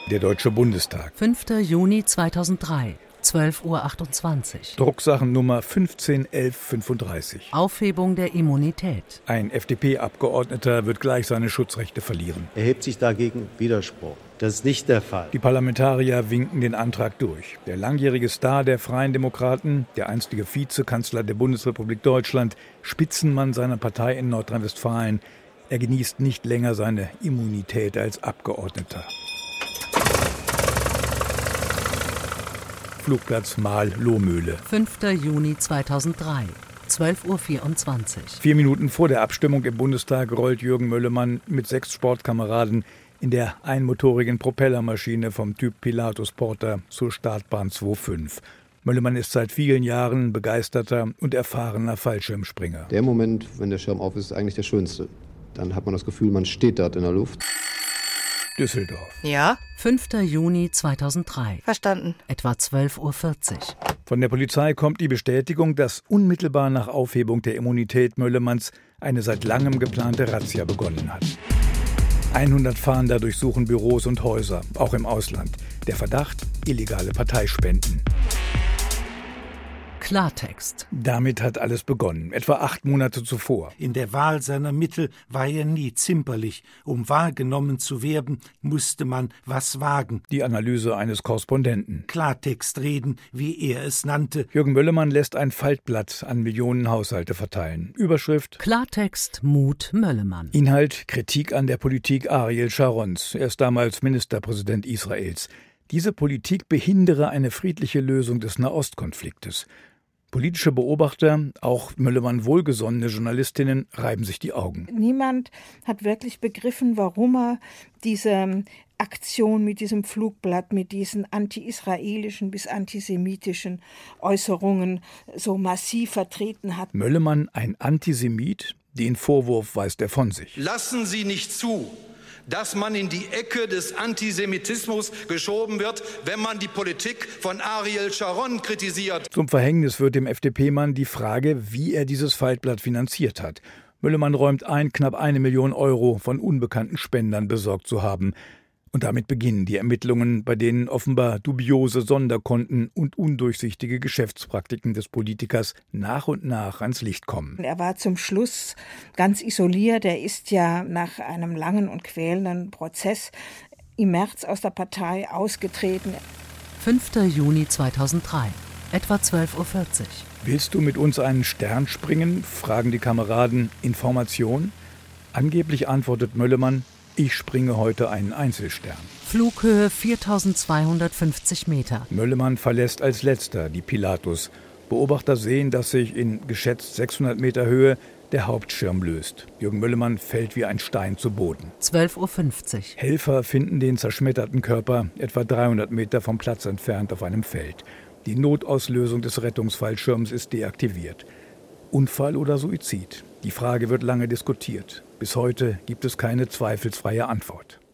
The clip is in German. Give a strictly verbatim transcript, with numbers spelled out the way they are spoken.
Der Deutsche Bundestag. fünfter Juni zweitausenddrei, zwölf Uhr achtundzwanzig. Drucksachennummer fünfzehn elf fünfunddreißig. Aufhebung der Immunität. Ein F D P-Abgeordneter wird gleich seine Schutzrechte verlieren. Erhebt sich dagegen Widerspruch. Das ist nicht der Fall. Die Parlamentarier winken den Antrag durch. Der langjährige Star der Freien Demokraten, der einstige Vizekanzler der Bundesrepublik Deutschland, Spitzenmann seiner Partei in Nordrhein-Westfalen, er genießt nicht länger seine Immunität als Abgeordneter. Flugplatz Marl-Lohmühle. fünfter Juni zweitausenddrei, zwölf Uhr vierundzwanzig. Vier Minuten vor der Abstimmung im Bundestag rollt Jürgen Möllemann mit sechs Sportkameraden in der einmotorigen Propellermaschine vom Typ Pilatus Porter zur Startbahn zwei fünf. Möllemann ist seit vielen Jahren begeisterter und erfahrener Fallschirmspringer. Der Moment, wenn der Schirm auf ist, ist eigentlich der schönste. Dann hat man das Gefühl, man steht dort in der Luft. Düsseldorf. Ja? fünfter Juni zweitausenddrei. Verstanden. Etwa zwölf Uhr vierzig. Von der Polizei kommt die Bestätigung, dass unmittelbar nach Aufhebung der Immunität Möllemanns eine seit langem geplante Razzia begonnen hat. hundert Fahnder durchsuchen Büros und Häuser, auch im Ausland. Der Verdacht: illegale Parteispenden. Klartext. Damit hat alles begonnen, etwa acht Monate zuvor. In der Wahl seiner Mittel war er nie zimperlich. Um wahrgenommen zu werden, musste man was wagen. Die Analyse eines Korrespondenten. Klartext reden, wie er es nannte. Jürgen Möllemann lässt ein Faltblatt an Millionen Haushalte verteilen. Überschrift: Klartext Mut Möllemann. Inhalt: Kritik an der Politik Ariel Sharons. Er ist damals Ministerpräsident Israels. Diese Politik behindere eine friedliche Lösung des Nahostkonfliktes. Politische Beobachter, auch Möllemann wohlgesonnene Journalistinnen, reiben sich die Augen. Niemand hat wirklich begriffen, warum er diese Aktion mit diesem Flugblatt, mit diesen anti-israelischen bis antisemitischen Äußerungen so massiv vertreten hat. Möllemann ein Antisemit? Den Vorwurf weist er von sich. Lassen Sie nicht zu, dass man in die Ecke des Antisemitismus geschoben wird, wenn man die Politik von Ariel Sharon kritisiert. Zum Verhängnis wird dem F D P-Mann die Frage, wie er dieses Faltblatt finanziert hat. Möllemann räumt ein, knapp eine Million Euro von unbekannten Spendern besorgt zu haben. Und damit beginnen die Ermittlungen, bei denen offenbar dubiose Sonderkonten und undurchsichtige Geschäftspraktiken des Politikers nach und nach ans Licht kommen. Er war zum Schluss ganz isoliert. Er ist ja nach einem langen und quälenden Prozess im März aus der Partei ausgetreten. fünfter Juni zweitausenddrei, etwa zwölf Uhr vierzig. Willst du mit uns einen Stern springen? Fragen die Kameraden. Information? Angeblich antwortet Möllemann: Ich springe heute einen Einzelstern. Flughöhe viertausendzweihundertfünfzig Meter. Möllemann verlässt als letzter die Pilatus. Beobachter sehen, dass sich in geschätzt sechshundert Meter Höhe der Hauptschirm löst. Jürgen Möllemann fällt wie ein Stein zu Boden. zwölf Uhr fünfzig. Helfer finden den zerschmetterten Körper etwa dreihundert Meter vom Platz entfernt auf einem Feld. Die Notauslösung des Rettungsfallschirms ist deaktiviert. Unfall oder Suizid? Die Frage wird lange diskutiert. Bis heute gibt es keine zweifelsfreie Antwort.